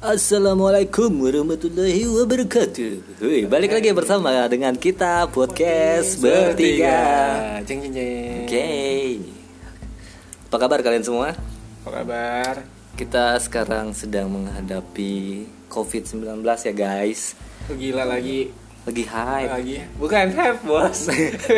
Assalamualaikum warahmatullahi wabarakatuh. Balik lagi bersama dengan kita podcast bertiga. Jeng jeng jeng. Oke. Apa kabar kalian semua? Apa kabar? Kita sekarang sedang menghadapi COVID-19 ya guys. Gila lagi hype. lagi. Bukan hype, Bos.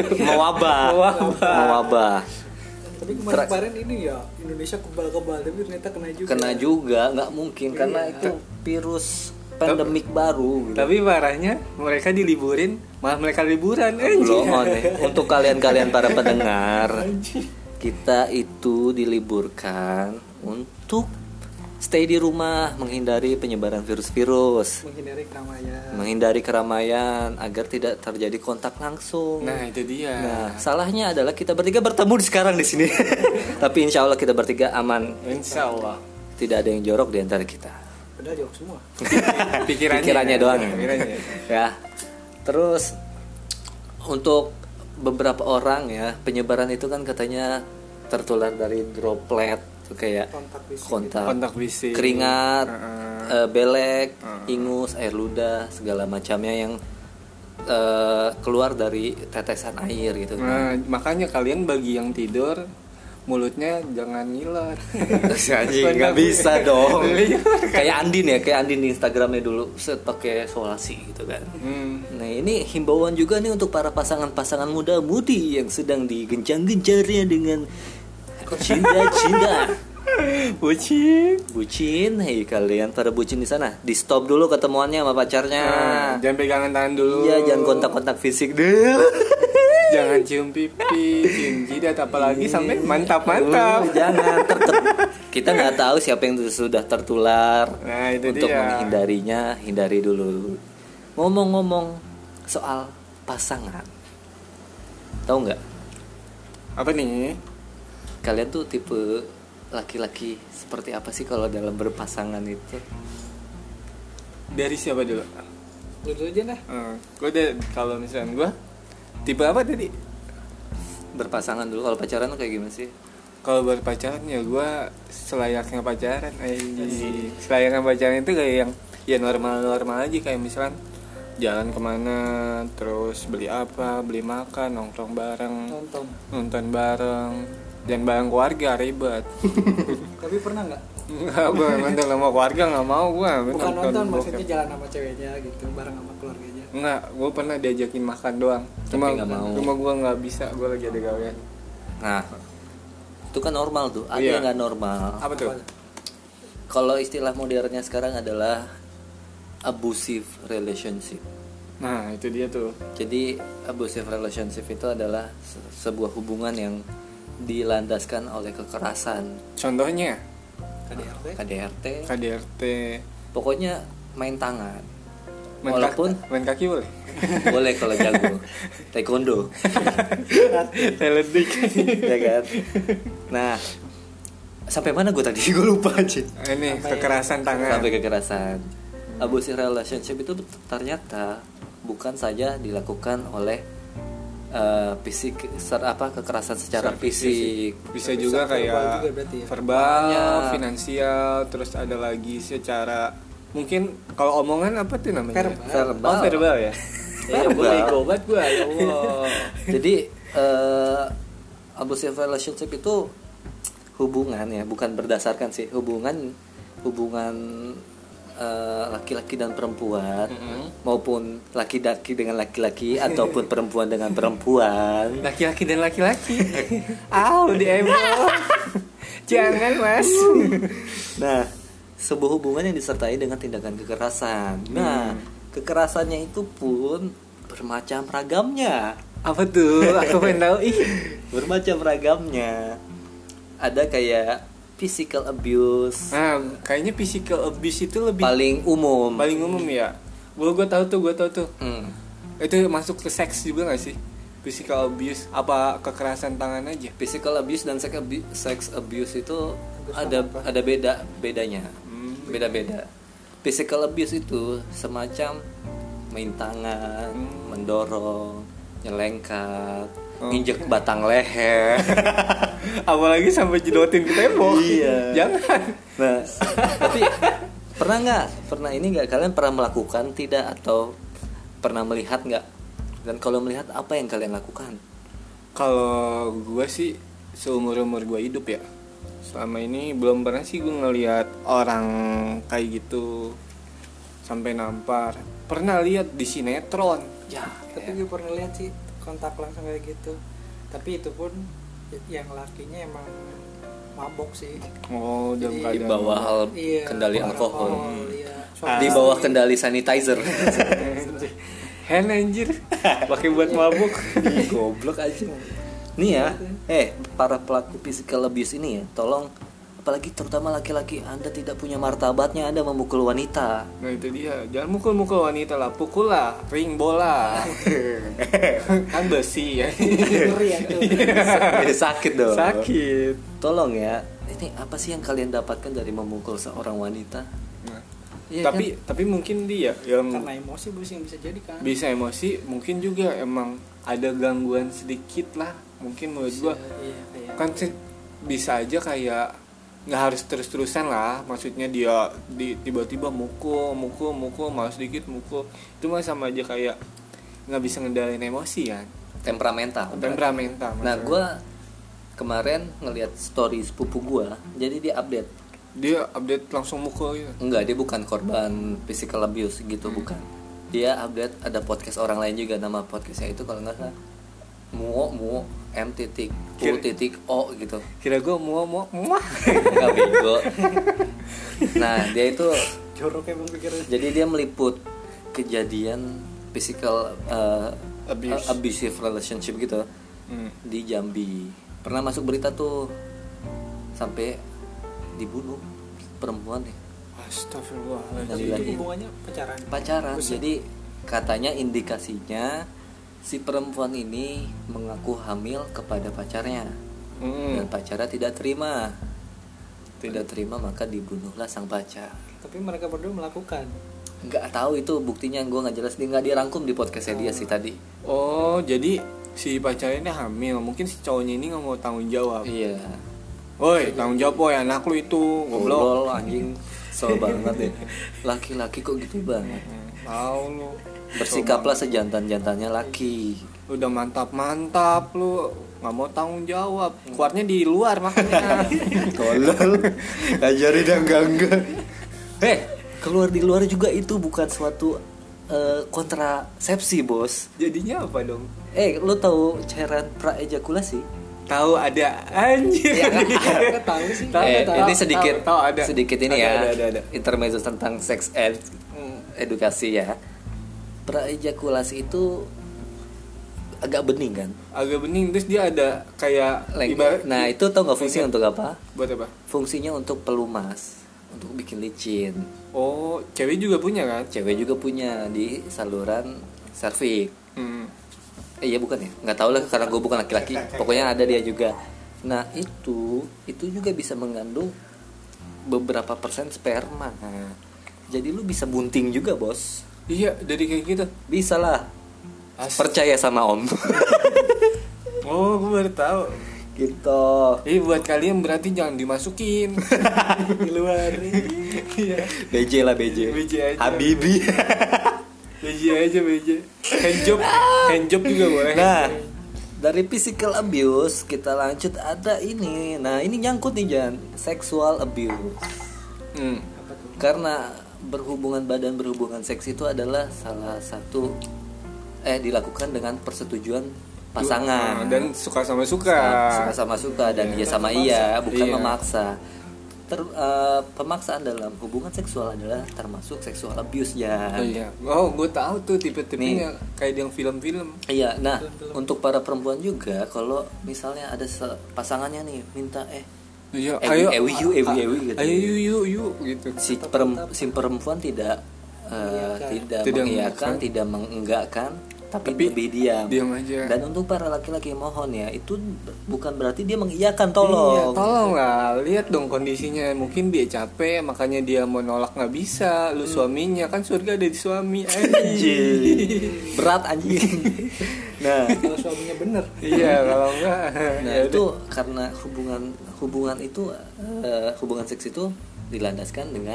Mewabah. Tapi kemarin ini ya Indonesia kebal-kebal tapi ternyata kena juga nggak mungkin karena itu virus pandemik baru gitu. Tapi parahnya mereka diliburin, malah mereka liburan. Belum untuk kalian para pendengar, kita itu diliburkan untuk stay di rumah, menghindari penyebaran virus-virus, menghindari keramaian agar tidak terjadi kontak langsung. Nah itu dia. Nah salahnya adalah kita bertiga bertemu sekarang di sini. Tapi insya Allah kita bertiga aman. Insya Allah. Tidak ada yang jorok di antara kita. Udah jorok semua. Pikirannya doang. Pikirannya. Ya. Terus untuk beberapa orang ya penyebaran itu kan katanya tertular dari droplet. Kayak kontak fisik, keringat, belek, ingus, air ludah, segala macamnya yang keluar dari tetesan air gitu. Nah, makanya kalian bagi yang tidur mulutnya jangan ngiler. Nggak bisa dong. Kayak Andin di Instagramnya dulu set pakai solasi gitu kan. Nah ini himbauan juga nih untuk para pasangan muda-mudi yang sedang digencang-gencarnya dengan cinta. Bucin, hei kalian para bucin di sana, di stop dulu ketemuannya sama pacarnya. Jangan pegangan tangan dulu. Iya, jangan kontak fisik deh. Jangan cium pipi, cium jidat, apalagi sampai mantap. Jangan kita nggak tahu siapa yang sudah tertular. Nah, itu untuk dia. menghindarinya, hindari dulu. Ngomong-ngomong soal pasangan, tahu nggak? Apa nih? Kalian tuh tipe laki-laki seperti apa sih kalau dalam berpasangan itu? Dari siapa dulu? Lu dulu aja nah. Gue kalau misalnya gue tipe apa tadi? Berpasangan dulu. Kalau pacaran tuh kayak gimana sih? Kalau berpacaran ya gue selayaknya pacaran. Selayaknya pacaran itu kayak yang ya normal aja, kayak misalnya jalan kemana, terus beli apa, beli makan, nongkrong bareng, nonton bareng. Dan bareng keluarga ribet. Tapi pernah nggak? Nggak, gue nonton sama keluarga nggak mau gue. Bukan nonton, maksudnya jalan sama ceweknya gitu, bareng sama keluarganya. Nggak, gue pernah diajakin makan doang. Cuma gue nggak bisa, gue lagi ada gawean. Nah, itu kan normal tuh. Ada yang nggak normal. Apa tuh? Kalau istilah modernnya sekarang adalah abusive relationship. Nah, itu dia tuh. Jadi abusive relationship itu adalah sebuah hubungan yang dilandaskan oleh kekerasan. Contohnya KDRT. Pokoknya main tangan. Walaupun main kaki boleh. Boleh kalau jago. Taekwondo. Teledik. Ya kan. Nah, sampai mana gue tadi? Gue lupa aja. Ini kekerasan tangan. Sampai kekerasan. Abusive relationship itu ternyata bukan saja dilakukan oleh kekerasan secara fisik. Bisa juga kayak verbal, finansial, terus ada lagi secara mungkin kalau omongan apa tuh namanya? Verbal ya. Iya, bego banget gue, ya Allah. Jadi abusive relationship itu hubungan ya, bukan berdasarkan sih, hubungan laki-laki dan perempuan, maupun laki-laki dengan laki-laki ataupun perempuan dengan perempuan. Laki-laki dan laki-laki. Jangan Mas. Nah, sebuah hubungan yang disertai dengan tindakan kekerasan. Nah, kekerasannya itu pun bermacam ragamnya. Apa tuh? Aku pengen tahu. Bermacam ragamnya. Ada kayak physical abuse. Nah, kayaknya physical abuse itu lebih paling umum ya. Gue tahu tuh. Itu masuk ke seks juga nggak sih? Physical abuse apa kekerasan tangan aja? Physical abuse dan sex abuse itu ada bedanya. Beda-beda. Physical abuse itu semacam main tangan, mendorong, nyelengkat, nginjek batang leher. Apalagi sampai jedotin ke tembok. Iya. Jangan. Nah, tapi Pernah ini nggak, kalian pernah melakukan tidak atau pernah melihat nggak? Dan kalau melihat, apa yang kalian lakukan? Kalau gue sih seumur-umur gue hidup ya, selama ini belum pernah sih gue ngelihat orang kayak gitu sampai nampar. Pernah lihat di sinetron. Ya, tapi gue pernah lihat sih kontak langsung kayak gitu. Tapi itu pun yang lakinya emang mabok sih. Oh, udah di bawah hal kendali alkohol. Iya. Di bawah kendali sanitizer. Hand anjir. Pakai buat mabuk. Goblok aja. Nih ya, para pelaku physical abuse ini ya, tolong, apalagi terutama laki-laki, Anda tidak punya martabatnya Anda memukul wanita. Nah itu dia, jangan mukul-mukul wanita lah, pukul lah, ring bola. Kan besi ya. Sakit dong. Sakit. Tolong ya, ini apa sih yang kalian dapatkan dari memukul seorang wanita? Nah, ya, tapi mungkin dia yang karena emosi bisa jadi kan. Bisa emosi, mungkin juga emang ada gangguan sedikit lah. Mungkin menurut gua kan bisa aja kayak nggak harus terus-terusan lah, maksudnya dia tiba-tiba mukul malah sedikit mukul, itu mah sama aja kayak nggak bisa ngendalin emosi kan, temperamental. Nah gua kemarin ngelihat story sepupu gua, jadi dia update langsung mukul gitu. Enggak, dia bukan korban physical abuse gitu, bukan. Dia update ada podcast orang lain juga, nama podcastnya itu kalau nggak salah Muo M.O gitu. Kira gue Muo Gak bego. Nah dia itu jorok emang pikiran. Jadi dia meliput kejadian physical abusive relationship gitu di Jambi. Pernah masuk berita tuh sampai dibunuh perempuan ya. Astagfirullahaladzim. Itu hubungannya pacaran. Jadi katanya indikasinya si perempuan ini mengaku hamil kepada pacarnya, dan pacarnya tidak terima, maka dibunuhlah sang pacar. Tapi mereka berdua melakukan. Nggak tahu itu buktinya, gue nggak jelas, dia nggak dirangkum di podcastnya dia sih tadi. Oh jadi si pacarnya hamil, mungkin si cowoknya ini nggak mau tanggung jawab. Iya. Woi tanggung jawab woi, anak lu itu goblok anjing, kesel banget deh. Laki-laki kok gitu banget. Tahu lu. Bersikaplah sejantan-jantannya laki. Udah mantap lu, nggak mau tanggung jawab, keluarnya di luar makanya. Tolol, ajarin yang enggak. Keluar di luar juga itu bukan suatu kontrasepsi bos. Jadinya apa dong? Lu tahu cairan praejakulasi? Tahu ada anjir. Ya, tahu sih. Ini sedikit ada. Sedikit ini ada. Intermezzo tentang sex ed edukasi ya. Praejakulasi itu agak bening kan? Agak bening, terus dia ada kayak nah itu tau nggak fungsinya untuk apa? Buat apa? Fungsinya untuk pelumas, untuk bikin licin. Oh, cewek juga punya kan? Cewek juga punya di saluran serviks. Iya bukan ya? Nggak tahu lah karena gue bukan laki-laki. Pokoknya ada dia juga. Nah itu juga bisa mengandung beberapa persen sperma. Jadi lu bisa bunting juga bos. Iya, dari kayak gitu. Bisa lah. Percaya sama om. Oh, gue baru tahu. Gitu. Buat kalian berarti jangan dimasukin. Di luar. Iya. BJ aja. Habibi. BJ. Handjob juga boleh. Nah, dari physical abuse kita lanjut ada ini. Nah, ini nyangkut nih Jan, sexual abuse. Karena berhubungan seks itu adalah salah satu dilakukan dengan persetujuan pasangan dan suka sama suka dan dia sama iya, bukan memaksa. Pemaksaan dalam hubungan seksual adalah termasuk sexual abuse ya. Oh, gue tahu tuh tipe-tipenya kayak di yang film-film. Iya, nah untuk para perempuan juga kalau misalnya ada pasangannya nih minta ewi gitu. Ayo gitu. Si perempuan tidak mengiyakan, tidak mengenggakkan, tapi lebih diam aja. Dan untuk para laki-laki mohon ya, itu bukan berarti dia mengiyakan, tolong. Iya, tolong lah, lihat dong kondisinya. Mungkin dia capek, makanya dia mau nolak nggak bisa. Lu suaminya kan, surga ada di suami. Anjing. Berat anjing. Nah, kalau suaminya bener. Iya, kalau enggak. Nah, itu karena hubungan itu hubungan seks itu dilandaskan dengan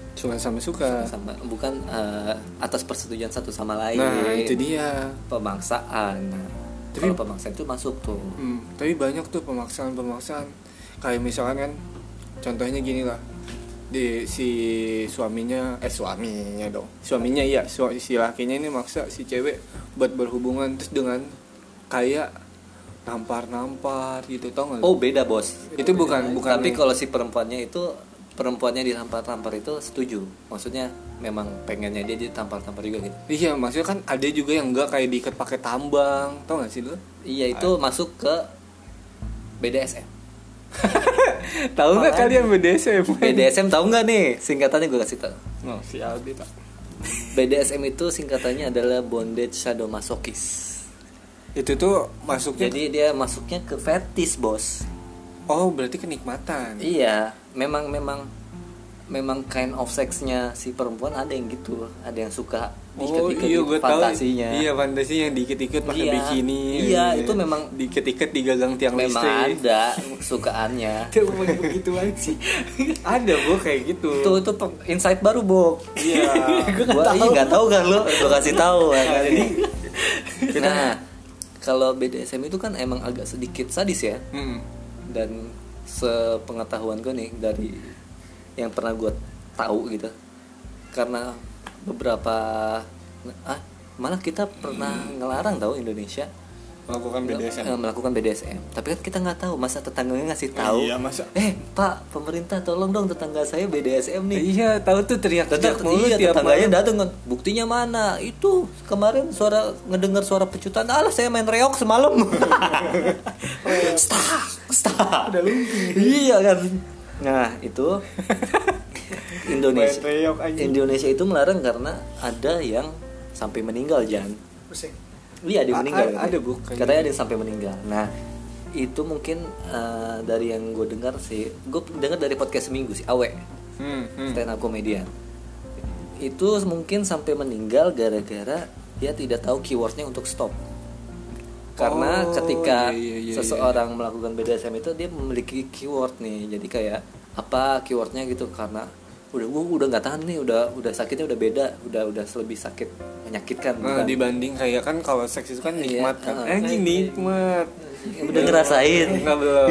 suka sama bukan atas persetujuan satu sama lain. Nah itu dia pemaksaan. Tapi kalau pemaksaan itu masuk tuh. Tapi banyak tuh pemaksaan kayak misalkan kan contohnya gini lah, di si suaminya iya si lakinya ini maksa si cewek buat berhubungan terus dengan kayak nampar gitu, tau gak? Oh beda bos, itu bukan tapi kalau si perempuannya ditampar itu setuju, maksudnya memang pengennya dia ditampar juga gitu. Iya maksudnya kan ada juga yang enggak kayak diikat pakai tambang, tau gak sih lu? Iya itu masuk ke BDSM. Tahu nggak kalian BDSM tahu nggak nih singkatannya, gue kasih tahu. Si Aldi tak. BDSM itu singkatannya adalah bondage sadomasochism. Itu tuh masuknya, jadi dia masuknya ke fetish bos. Oh berarti kenikmatan. Iya memang kind of sexnya si perempuan ada yang gitu, ada yang suka diikat-ikat fantasinya. Iya fantasinya yang diikat-ikat pakai bikini. Iya itu memang diikat-ikat di gagang tiang memang listrik. Memang ada sukaannya. Itu begitu aja sih. Ada kayak gitu. Itu insight baru Iya. Gue nggak tahu kan lo, gue kasih tahu kan. Nah kalau BDSM itu kan emang agak sedikit sadis ya. Dan sepengetahuan gue nih dari yang pernah gue tahu gitu, karena beberapa malah kita pernah ngelarang tahu Indonesia melakukan BDSM, tapi kan kita nggak tahu, masa tetangganya ngasih tahu. Iya, masa Pak pemerintah tolong dong tetangga saya BDSM nih. Iya tahu tuh teriak-teriak mulu tiap tetangganya datang kan, buktinya mana itu kemarin ngedengar suara pecutan, saya main reok semalam. Stop udah lumping. Iya kan. Nah itu Indonesia itu melarang karena ada yang sampai meninggal Jan. Iya dia meninggal. Ada bukan? Katanya ada yang sampai meninggal. Nah itu mungkin dari yang gue dengar sih, gue dengar dari podcast Seminggu sih Awe, stand up comedian. Itu mungkin sampai meninggal gara-gara dia tidak tahu keywordnya untuk stop. Karena ketika seseorang melakukan BDSM itu dia memiliki keyword nih, jadi kayak apa keywordnya gitu, karena udah nggak tahan nih, udah sakitnya udah beda, udah lebih sakit menyakitkan dibanding kayak kan kalau seks itu kan nikmat kan, nikmat udah ngerasain. Enggak belum.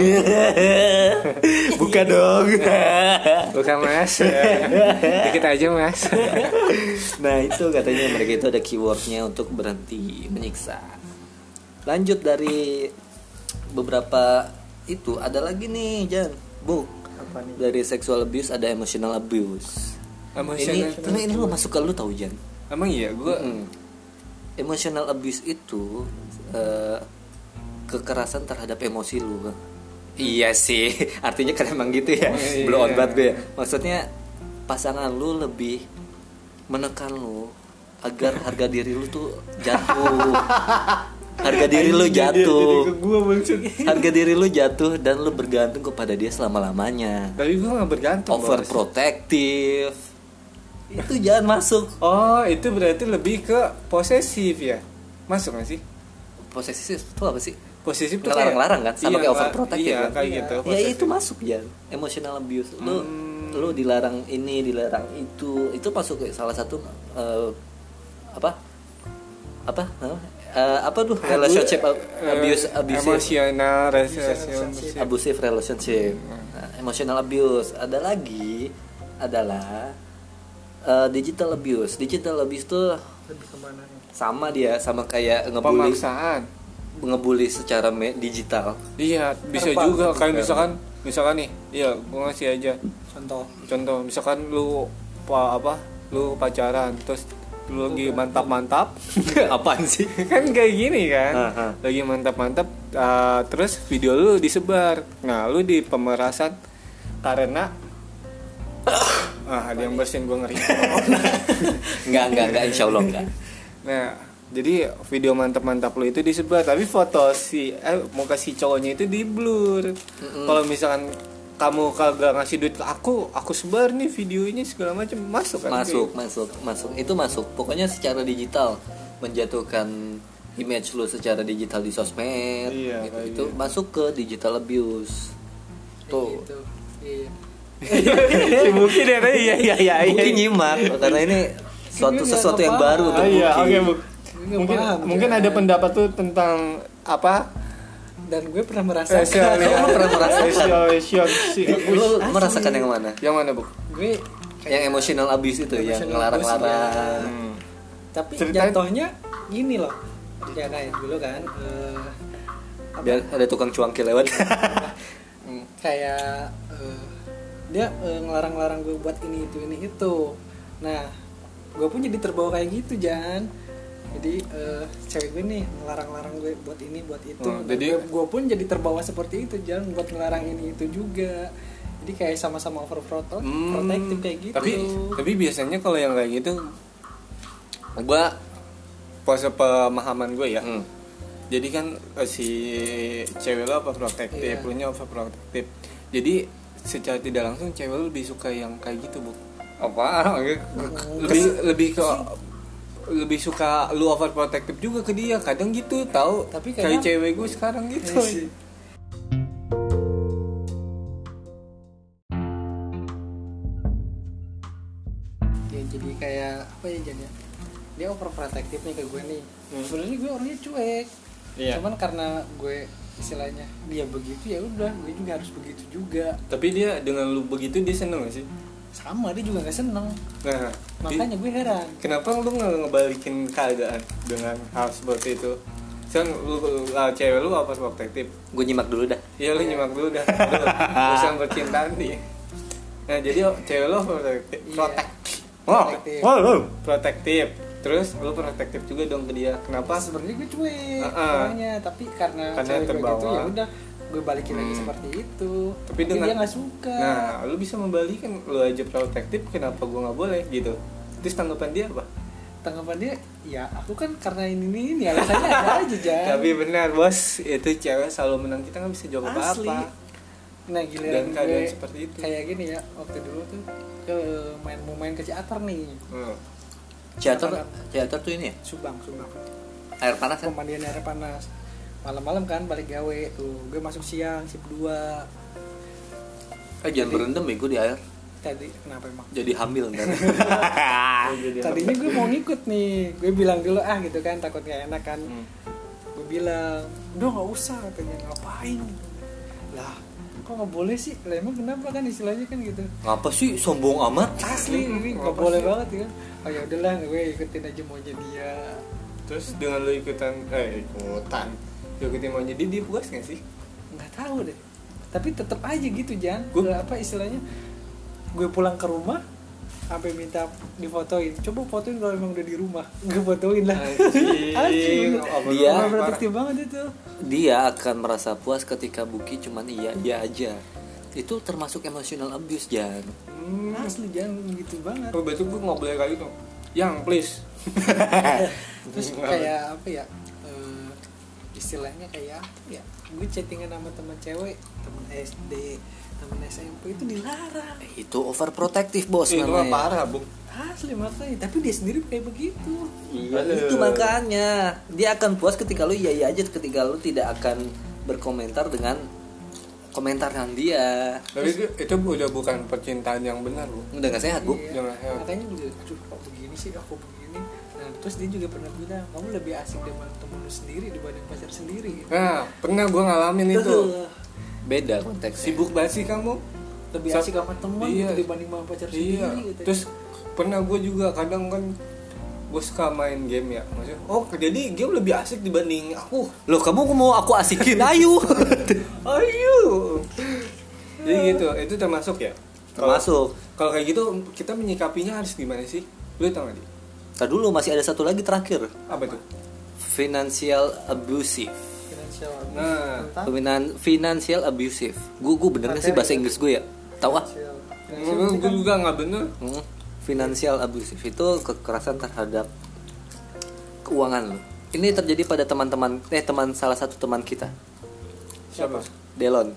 Buka dong. Bukan mas. Dikit aja mas. Nah itu katanya mereka itu ada keywordnya untuk berhenti menyiksa. Lanjut dari beberapa itu ada lagi nih Jan, apa nih? Dari sexual abuse ada emotional abuse. Ini lu masuk ke lu tahu Jan? Emang iya gue. Emotional abuse itu kekerasan terhadap emosi lu. Iya sih, artinya kan emang gitu ya. Blow on banget gue ya. Maksudnya pasangan lu lebih menekan lu agar harga diri lu tuh jatuh. Harga diri lu jatuh. Harga diri lu jatuh dan lu bergantung kepada dia selama-lamanya. Tapi gue gak bergantung. Overprotective. Itu jangan masuk. Oh, itu berarti lebih ke posesif ya? Masuk gak sih? Posesif itu apa sih? Posesif itu larang-larang kan, sama kayak overprotective. Iya, kan? kayak gitu. Ya itu masuk ya. Emotional abuse. Lu dilarang ini, dilarang itu masuk ke salah satu relationship abuse emotional abusive relationship. Emotional abuse. Ada lagi adalah digital abuse. Digital abuse tuh lebih kemana nih? Sama kayak ngebully. Pemaksaan. Ngebully secara digital. Iya, bisa juga kayak misalkan nih, iya gue ngasih aja contoh misalkan lu pacaran terus lu lagi mantap Apaan sih? Kan kayak gini kan. Lagi mantap terus video lu disebar. Nah lu di pemerasan karena ada yang bersin, gue ngeri. Enggak, insya Allah enggak. Nah jadi video mantap lu itu disebar, tapi foto muka si cowoknya itu di blur. Kalau misalkan kamu kagak ngasih duit ke aku sebar nih videonya segala macam, masuk kan? Masuk. Itu masuk. Pokoknya secara digital menjatuhkan image lu secara digital di sosmed. Iya, itu masuk ke digital abuse. Tuh. Gitu. Iya. Si Buki deh tadi iya. Buki nyimak karena ini sesuatu yang baru untuk Buki. Oke, Buk. Mungkin ada pendapat tuh tentang apa? Dan gue pernah merasakan. Lu merasakan yang mana? Yang mana, Buk? Gue yang emotional abuse itu, yang ngelarang-larang. Tapi jatuhnya gini loh. Ya kayak dulu kan biar ada tukang cuangki lewat. Kayak dia ngelarang-larang gue buat ini itu. Nah, gue pun jadi terbawa kayak gitu, Jan. Jadi cewek gue nih ngelarang-larang gue buat ini buat itu. Jadi gue pun jadi terbawa seperti itu, Jan, buat ngelarang ini itu juga. Jadi kayak sama-sama overprotective kayak gitu. Tapi biasanya kalau yang kayak gitu, gue pas pemahaman gue ya. Jadi kan si cewek lo overprotective, punya overprotective. Jadi secara tidak langsung cewek lo lebih suka yang kayak gitu, Bu. Apa? lebih suka lu overprotective juga ke dia. Kadang gitu tahu. Tapi kayak cewek gue sekarang gitu. Ya jadi kayak apa ya, Jan ya? Dia overprotective nih ke gue nih. Sebenarnya gue orangnya cuek. Cuman karena gue istilahnya dia begitu, ya udah gue juga harus begitu juga. Tapi dia dengan lu begitu dia seneng gak sih? Sama, dia juga gak seneng. Nah, makanya gue heran, kenapa lu ngebalikin keadaan dengan hal seperti itu? Lu cewek lu apa protektif? Gue nyimak dulu dah. Iya, lu nyimak dulu dah. Urusan percintaan nih. Nah, jadi cewek lu protektif. Terus lu protektif juga dong ke dia. Kenapa? Sebenarnya gue cuek orangnya, tapi karena cewek gue gitu ya udah gue balikin lagi seperti itu. Tapi dia nggak suka. Nah, lu bisa membalikan, lu aja protektif, kenapa gue nggak boleh gitu? Terus tanggapan dia apa? Tanggapan dia, ya aku kan karena ini alasannya ada aja, Jan. Tapi benar, bos, itu cewek selalu menang, kita nggak bisa jawab apa-apa. Nah, giliran keadaan gue seperti itu. Kayak gini ya, waktu dulu tuh mau main ke teater nih. Teater tuh ini ya? Subang. Air panas kan? Pemandian air panas. Malam-malam kan balik gawe tuh, gue masuk siang shift 2. Jangan berendam bego di air. Tadi kenapa emang? Jadi hamil kan. Tadinya gue mau ngikut nih, gue bilang dulu gitu kan, takut gak enak kan. Gue bilang, udah gak usah, katanya. Ngapain? Lah, kok gak boleh sih? Lah emang kenapa kan istilahnya kan gitu. Ngapa sih sombong amat? Asli, ini gak boleh banget kan. Oh ya udahlah, gue ikutin aja maunya dia. Terus dengan lo ikutin maunya dia puas gak sih? Nggak tahu deh. Tapi tetap aja gitu, Jan. Gue apa istilahnya? Gue pulang ke rumah sampai minta difotoin. Coba fotoin kalau emang udah di rumah. Gue fotoin lah. Asli. Dia protektif banget itu. Dia akan merasa puas ketika Buki cuman iya aja. Itu termasuk emotional abuse, Jan. Asli, Jan, gitu banget. Oh, berarti gue nggak boleh kayak gitu. Yang please. Terus kayak apa ya? Istilahnya kayak apa ya? Gue chattingan sama teman cewek, teman SD, teman SMP itu dilarang. Itu overprotective, bos, namanya. Itu parah, Bu. Asli makanya, tapi dia sendiri kayak begitu. Iya, itu makanya dia akan puas ketika lu iya aja, ketika lu tidak akan berkomentar dengan komentaran dia. Tapi itu udah bukan percintaan yang benar, Bu. Udah gak sehat, Bu. Iya, makanya juga, kok begini sih, aku begini. Nah, terus dia juga pernah bilang, kamu lebih asik dengan temen lu sendiri dibanding pacar sendiri. Nah, pernah gue ngalamin itu. Beda konteksnya. Sibuk banget sih kamu. Lebih asik sama temen dibanding sama pacar sendiri. Gitu. Terus pernah gue juga kadang kan gue suka main game ya, maksudnya jadi game lebih asik dibanding aku. Loh, kamu mau aku asikin? Ayo. Jadi gitu, itu termasuk ya? Termasuk. Kalau kayak gitu kita menyikapinya harus gimana sih? Lu tau gak, Di? Ntar dulu, masih ada satu lagi terakhir. Apa tuh? Financial abusive. Nah, financial abusive. Gue bener gak sih bahasa Inggris gue ya? Tahu ah? Gue juga nggak bener. Financial abusive itu kekerasan terhadap keuangan lo. Ini terjadi pada teman salah satu teman kita. Siapa? Delon.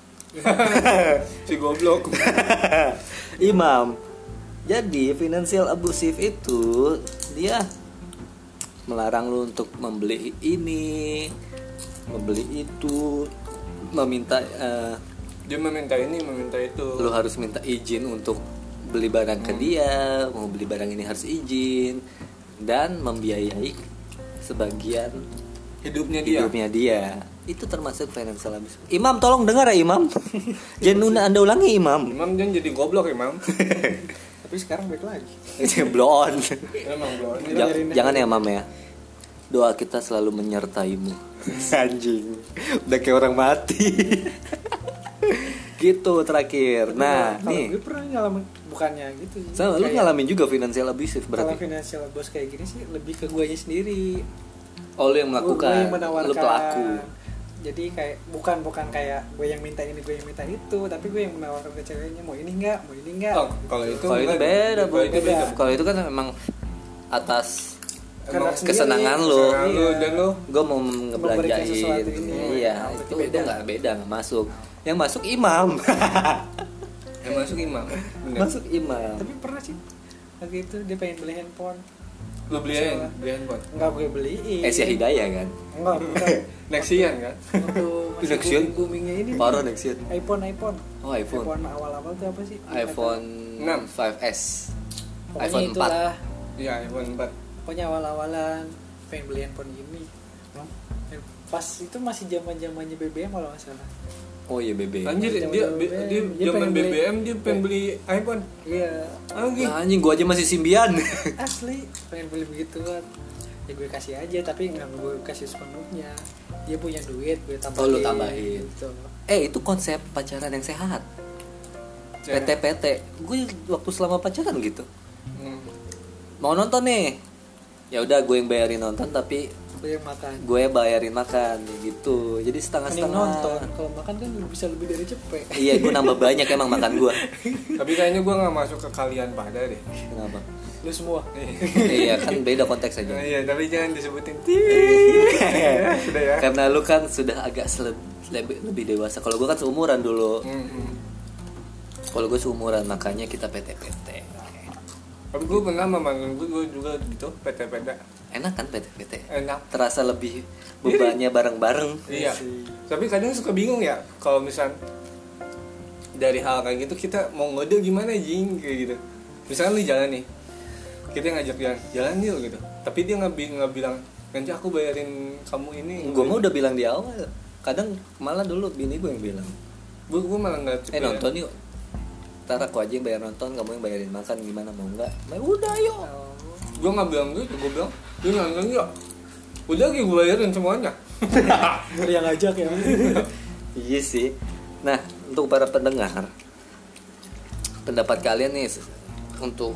Si goblok. Imam. Jadi financial abusive itu dia melarang lu untuk membeli ini, membeli itu, meminta Dia meminta ini, meminta itu. Lu harus minta izin untuk beli barang ke dia, mau beli barang ini harus izin dan membiayai sebagian hidupnya dia. Itu termasuk financial abuse. Imam, tolong dengar ya Imam. Jangan Anda ulangi Imam. Imam jangan jadi goblok Imam. Tapi sekarang baik lagi. Blow on. Emang blow on. Jangan ya Mam ya. Doa kita selalu menyertaimu. Anjing. Udah kayak orang mati. Gitu terakhir. Nah, kalau nih. gue pernah ngalamin bukannya gitu. Sama lu ngalamin juga financial abusive berarti. Kalau financial abuse kayak gini sih lebih ke guanya sendiri. Oh, lu yang melakukan. Gue yang menawarkan. Lu pelaku. Jadi kayak bukan kayak gue yang minta ini, gue yang minta itu, tapi gue yang menawarkan ke ceweknya mau ini enggak. Oh, kalau itu beda. Kalau itu kan memang atas kesenangan lo dan lo gue mau ngebelanjain. Iya, itu nggak beda, nggak masuk. Yang masuk imam. Masuk imam. Tapi pernah sih lagi itu dia pengen beli handphone. Lu beli handphone? Enggak, gue beliin. Asia Hidayah kan? Enggak, bukan. Nexian kan? Waktu masih boomingnya ini. Parah Nexian. iPhone. Oh, iPhone awal-awal tuh apa sih? iPhone 6 5S. Pokoknya iPhone 4. Itulah. Iya, iPhone 4. Pokoknya awal-awalan pengen beli handphone gini. Pas itu masih zaman-zamannya BBM kalau nggak salah. Oh iya BBM. Anjir dia zaman BBM dia pengen beli iPhone. Iya. Anjing gua aja masih Symbian. Asli pengen beli begituan. Ya gue kasih aja tapi nggak gue kasih sepenuhnya. Dia punya duit gue tambahin. Oh lu tambahin. Gitu. Itu konsep pacaran yang sehat. PT. Gue waktu selama pacaran gitu. Mau nonton nih. Ya udah gue yang bayarin nonton tapi gue bayarin makan gitu. Jadi setengah-setengah. Nonton. Kalau makan kan bisa lebih dari cepet. Iya, gue nambah banyak emang makan gue. Tapi kayaknya gue nggak masuk ke kalian pada deh. Kenapa? Lu semua. Iya kan beda konteks aja. Iya, tapi jangan disebutin. Sudah ya. Karena lu kan sudah agak lebih dewasa. Kalau gue kan seumuran dulu. Kalau gue seumuran makanya kita PT. Tapi gue pernah memangin gue juga gitu PT. Enak kan PT? Enak. Terasa lebih bebannya bareng-bareng. Iya. Tapi kadang suka bingung ya kalau misal dari hal kayak gitu kita mau ngode gimana jing kayak gitu. Misalkan lu jalan nih, kita ngajak jalan yuk gitu. Tapi dia nggak bilang nanti aku bayarin kamu ini. Gue mau udah bilang di awal. Kadang malah dulu bini gue yang bilang. Gue malah nggak. Nonton yuk. Ntar aku aja yang bayar nonton, kamu yang bayarin makan, gimana mau nggak? Udah yuk. Gue nggak bilang gitu, gue bilang dia nonton yuk. Udah gue bayarin semuanya. Dia ngajak ya. Iya sih. Nah untuk para pendengar, pendapat kalian nih untuk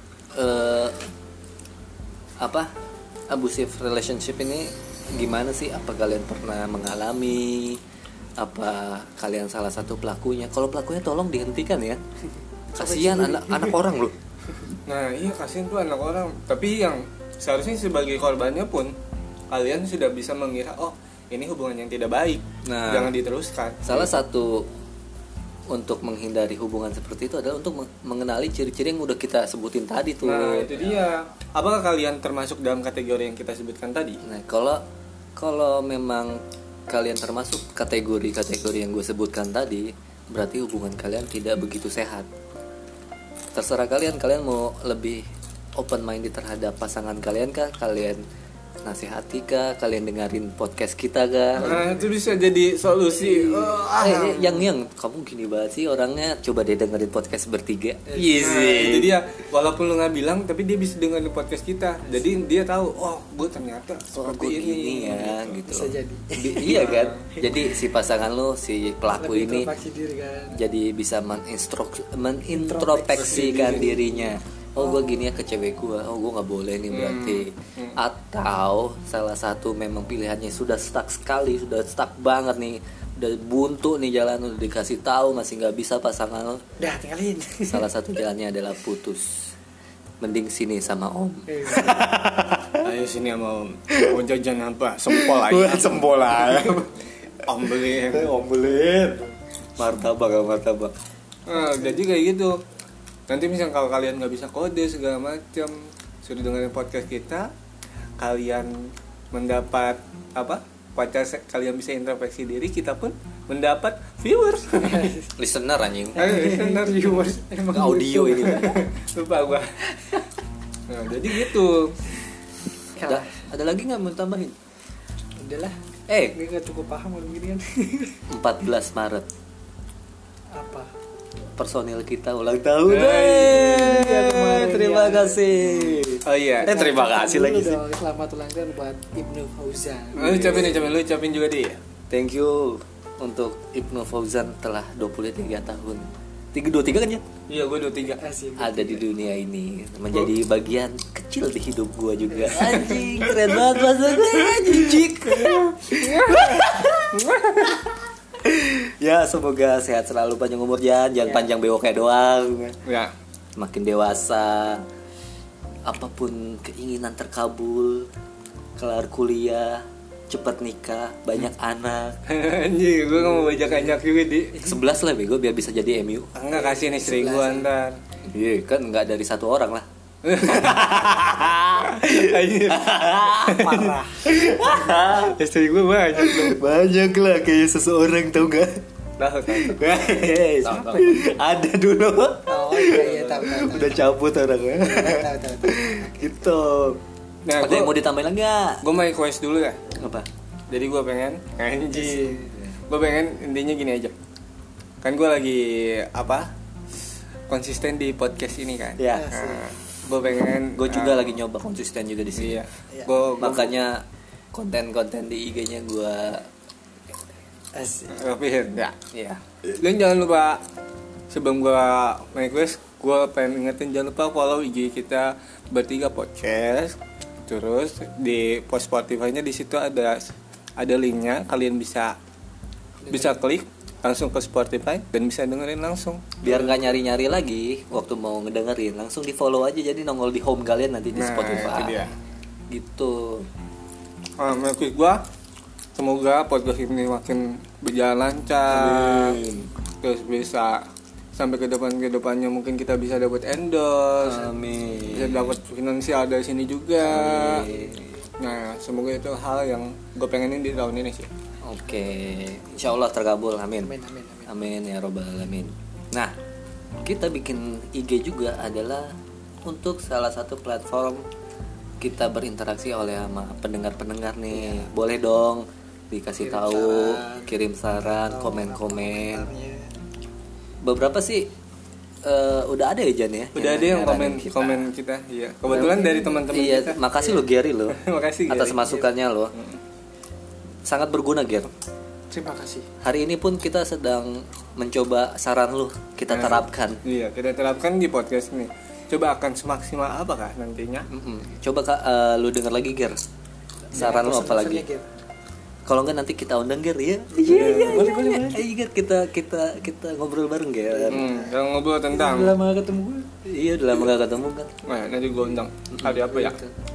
abusive relationship ini gimana sih? Apa kalian pernah mengalami? Apa kalian salah satu pelakunya? Kalau pelakunya tolong dihentikan ya. Kasihan anak orang loh. Nah iya kasihan tuh anak orang. Tapi yang seharusnya sebagai korbannya pun kalian sudah bisa mengira oh ini hubungan yang tidak baik. Nah, jangan diteruskan. Salah satu untuk menghindari hubungan seperti itu adalah untuk mengenali ciri-ciri yang udah kita sebutin tadi tuh. Nah itu dia. Apakah kalian termasuk dalam kategori yang kita sebutkan tadi? Nah kalau memang kalian termasuk kategori yang gue sebutkan tadi, berarti hubungan kalian tidak begitu sehat. Terserah kalian mau lebih open minded terhadap pasangan kalian kah, kalian nasihati kah, kalian dengerin podcast kita kah. Nah itu bisa jadi solusi. Yang kamu gini banget sih orangnya, coba deh dengerin podcast bertiga. Jadi dia walaupun lu nggak bilang tapi dia bisa dengerin podcast kita, jadi dia tahu oh gue ternyata seperti ini ya gitu. Bisa jadi. Iya kan, jadi si pasangan lu si pelaku ini diri, kan? jadi bisa menintrospeksikan dirinya. Oh gue gini ya ke cewek gue, oh gue nggak boleh nih berarti. Atau salah satu memang pilihannya sudah stuck sekali, sudah stuck banget nih, udah buntu nih jalan, udah dikasih tahu masih nggak bisa pasangan lo, udah tinggalin. Salah satu jalannya adalah putus. Mending sini sama om. Ayo sini sama om. Mau jajan apa? Sempol aja. Sempol aja. Om beliin. Martabak. Nah, jadi kayak gitu. Nanti misalnya kalau kalian nggak bisa kode segala macam, sudah dengerin podcast kita, kalian mendapat pacar kalian bisa introspeksi diri, kita pun mendapat viewers. Listener anjing. Listener viewers. Emang Audio gitu. ini. Lupa gua. Nah, jadi gitu. Ada lagi nggak mau tambahin? Udahlah. Gue gak cukup paham kalau gini kan. 14 Maret Apa? personil kita ulang tahun. Terima kasih. Oh iya. Terima kasih lagi sih. Selamat ulang tahun buat Ibnu Fauzan. Lu ucapin juga dia. Thank you untuk Ibnu Fauzan telah 23 tahun. 23 kan ya? Iya, gue 23. Asik. Ada di dunia ini menjadi bagian kecil di hidup gua juga. Anjing, keren banget masa gue jijik. Ya, semoga sehat selalu, panjang umur jangan panjang bewoknya doang. Ya. Makin dewasa, apapun keinginan terkabul, kelar kuliah, cepat nikah, banyak anak. Anjing, gue gak mau banyak juga di 11 lah bego biar bisa jadi MU. enggak kasih istri gue ntar. Iya kan nggak dari satu orang lah. Parah. Istri gue Banyak lah kayak seseorang tau gak? Tahu. Ada dulu. Oh iya tahu. Udah cabut orangnya. Tahu. Gitu. Nah, Ada yang mau ditambahin lagi nggak? gue mau request dulu ya. Apa? Jadi gue pengen gue pengen intinya gini aja. Kan gue lagi konsisten di podcast ini kan. Ya. Nah, gue pengen Gue juga lagi nyoba konsisten juga di sini. Iya. Iya. Makanya konten-konten di IG-nya gue rapihin ya. ya. Dan jangan lupa sebelum gue request, gue pengen ingetin jangan lupa follow IG kita bertiga podcast. Terus di post Spotify-nya di situ ada linknya, kalian bisa klik langsung ke Spotify dan bisa dengerin langsung. Biar nggak nyari-nyari lagi waktu mau ngedengerin, langsung di follow aja jadi nongol di home kalian nanti di Spotify. Itu dia. Gitu. Menurut gue semoga podcast ini makin berjalan lancar. Amin. Terus bisa sampai ke depannya mungkin kita bisa dapat endorse. Amin. Bisa dapat finansial dari sini juga. Amin. Nah, semoga itu hal yang gue pengenin di tahun ini sih. Oke, insya Allah terkabul, amin. Amin. Amin ya robbal alamin. Nah, kita bikin IG juga adalah untuk salah satu platform kita berinteraksi oleh sama pendengar-pendengar nih. Boleh dong dikasih tahu, kirim saran, komen-komen. Beberapa sih udah ada ya Jan ya. Udah ada yang komen kita. Iya. Kebetulan dari teman-teman kita. Makasih lo Gary lo. Makasih atas Gary. masukannya lo. Sangat berguna Ger. Terima kasih. Hari ini pun kita sedang mencoba saran lu kita terapkan. Iya, kita terapkan di podcast ini. Coba akan semaksimal apakah nantinya? Coba lu denger lagi Ger. Saran lu apa lagi? Kalau enggak nanti kita undang Ger ya. Iya. Boleh. Ayo Ger, kita ngobrol bareng Ger. Yang ngobrol tentang. Udah lama ketemu gue. Iya, udah lama gak ketemu kan. Nah, nanti gue undang. Ada apa ya?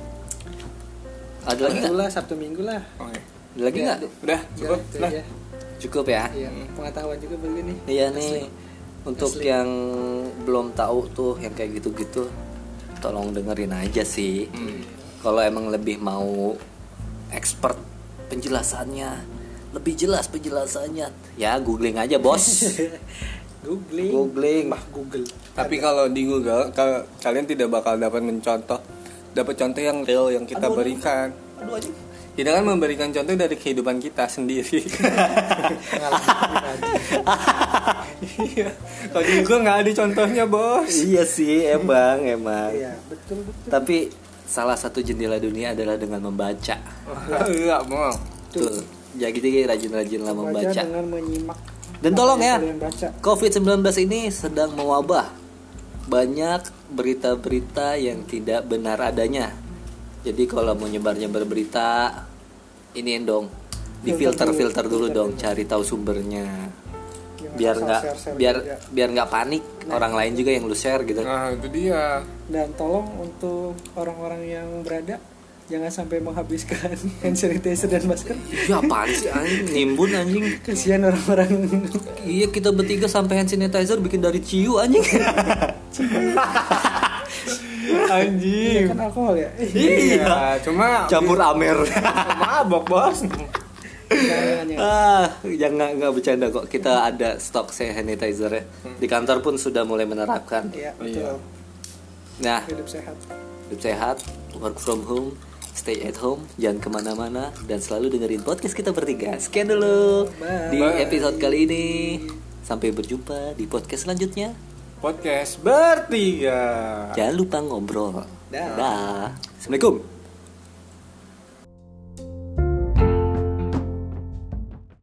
Ada lagi nggak? lah Sabtu Minggu lah. Oke. Ada lagi nggak? Udah, cukup. Itu Lah. aja. Cukup ya. Iya, pengetahuan juga begini. Iya nih. Untuk yang belum tahu tuh yang kayak gitu-gitu, tolong dengerin aja sih. Kalau emang lebih mau expert penjelasannya, lebih jelas penjelasannya, ya googling aja bos. Googling. Bah Google. Tapi kalau di Google kalian tidak bakal dapat contoh yang real yang kita berikan. Aduh aja. Kita kan memberikan contoh dari kehidupan kita sendiri. Iya. Kalau di Google nggak ada contohnya bos. Iya sih emang. Iya, betul. Tapi salah satu jendela dunia adalah dengan membaca. Enggak mau. Tuh. Jadi rajin-rajinlah membaca. Dengan menyimak. Dan tolong ya, Kalian baca. COVID-19 ini sedang mewabah. Banyak berita-berita yang tidak benar adanya. Jadi kalau mau nyebar-nyebar berita, iniin dong, difilter dulu dong, cari tahu sumbernya. Biar nggak panik orang lain juga yang lu share gitu. Nah itu dia. Dan tolong untuk orang-orang yang berada jangan sampai menghabiskan hand sanitizer dan masker. Ya apaan sih anjing, nimbun anjing. Kasihan orang-orang. Iya kita bertiga sampai hand sanitizer bikin dari ciu anjing. Anjing. Kan alkohol ya. Iya, cuma campur amer. mabok bos. Jangan nggak bercanda kok. Kita ada stok sanitizer ya. Di kantor pun sudah mulai menerapkan. Iya, betul. Nah, Hidup sehat, work from home, stay at home, jangan kemana-mana, dan selalu dengerin podcast kita bertiga. Sekian dulu di episode kali ini. Sampai berjumpa di podcast selanjutnya. Podcast bertiga. Jangan lupa ngobrol. Dah. Assalamualaikum.